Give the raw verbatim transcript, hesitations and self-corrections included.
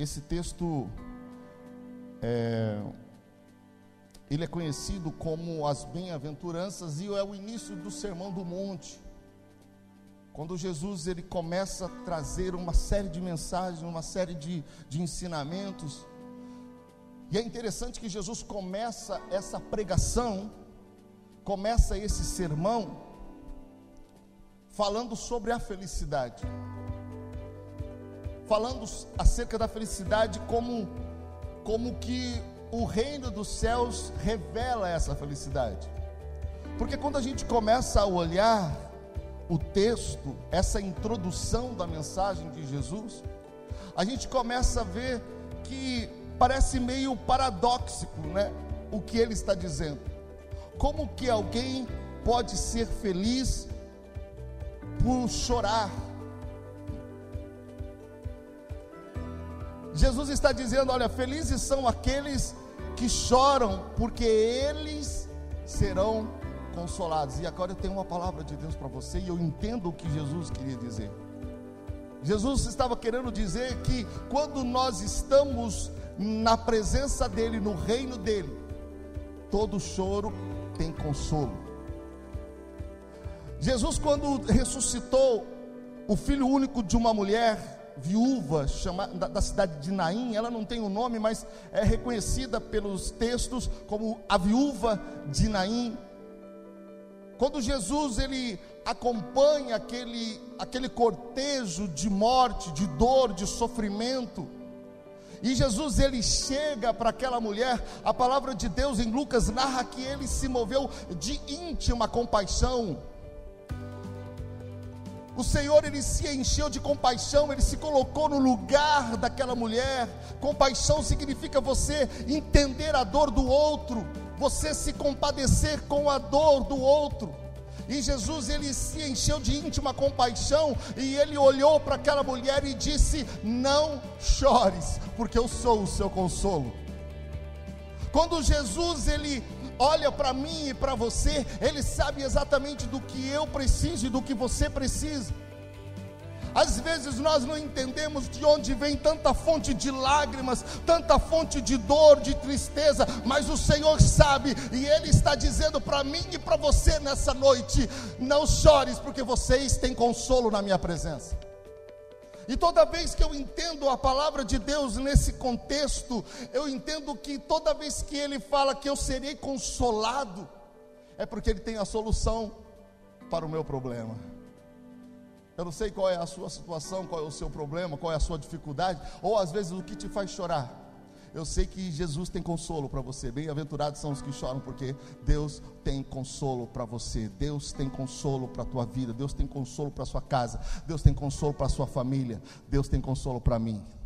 esse texto, é, ele é conhecido como as bem-aventuranças e é o início do Sermão do Monte. Quando Jesus ele começa a trazer uma série de mensagens, uma série de, de ensinamentos. E é interessante que Jesus começa essa pregação, começa esse sermão, falando sobre a felicidade. Falando acerca da felicidade como, como que o reino dos céus revela essa felicidade. Porque quando a gente começa a olhar o texto, essa introdução da mensagem de Jesus, a gente começa a ver que parece meio paradoxo, né? O que ele está dizendo. Como que alguém pode ser feliz por chorar? Jesus está dizendo, olha, felizes são aqueles que choram, porque eles serão consolados. E agora eu tenho uma palavra de Deus para você, e eu entendo o que Jesus queria dizer. Jesus estava querendo dizer que quando nós estamos na presença dele, no reino dele, todo choro tem consolo. Jesus, quando ressuscitou o filho único de uma mulher viúva chama, da, da cidade de Naim, ela não tem um nome, mas é reconhecida pelos textos como a viúva de Naim. Quando Jesus ele acompanha aquele, aquele cortejo de morte, de dor, de sofrimento, e Jesus ele chega para aquela mulher, a palavra de Deus em Lucas narra que ele se moveu de íntima compaixão. O Senhor ele se encheu de compaixão, ele se colocou no lugar daquela mulher. Compaixão significa você entender a dor do outro, você se compadecer com a dor do outro. E Jesus ele se encheu de íntima compaixão, e ele olhou para aquela mulher e disse: não chores, porque eu sou o seu consolo. Quando Jesus ele olha para mim e para você, ele sabe exatamente do que eu preciso e do que você precisa. Às vezes nós não entendemos de onde vem tanta fonte de lágrimas, tanta fonte de dor, de tristeza, mas o Senhor sabe, e Ele está dizendo para mim e para você nessa noite: não chores, porque vocês têm consolo na minha presença. E toda vez que eu entendo a palavra de Deus nesse contexto, eu entendo que toda vez que Ele fala que eu serei consolado, é porque Ele tem a solução para o meu problema. Eu não sei qual é a sua situação, qual é o seu problema, qual é a sua dificuldade, ou às vezes o que te faz chorar. Eu sei que Jesus tem consolo para você. Bem-aventurados são os que choram, porque Deus tem consolo para você. Deus tem consolo para a tua vida. Deus tem consolo para a sua casa. Deus tem consolo para a sua família. Deus tem consolo para mim.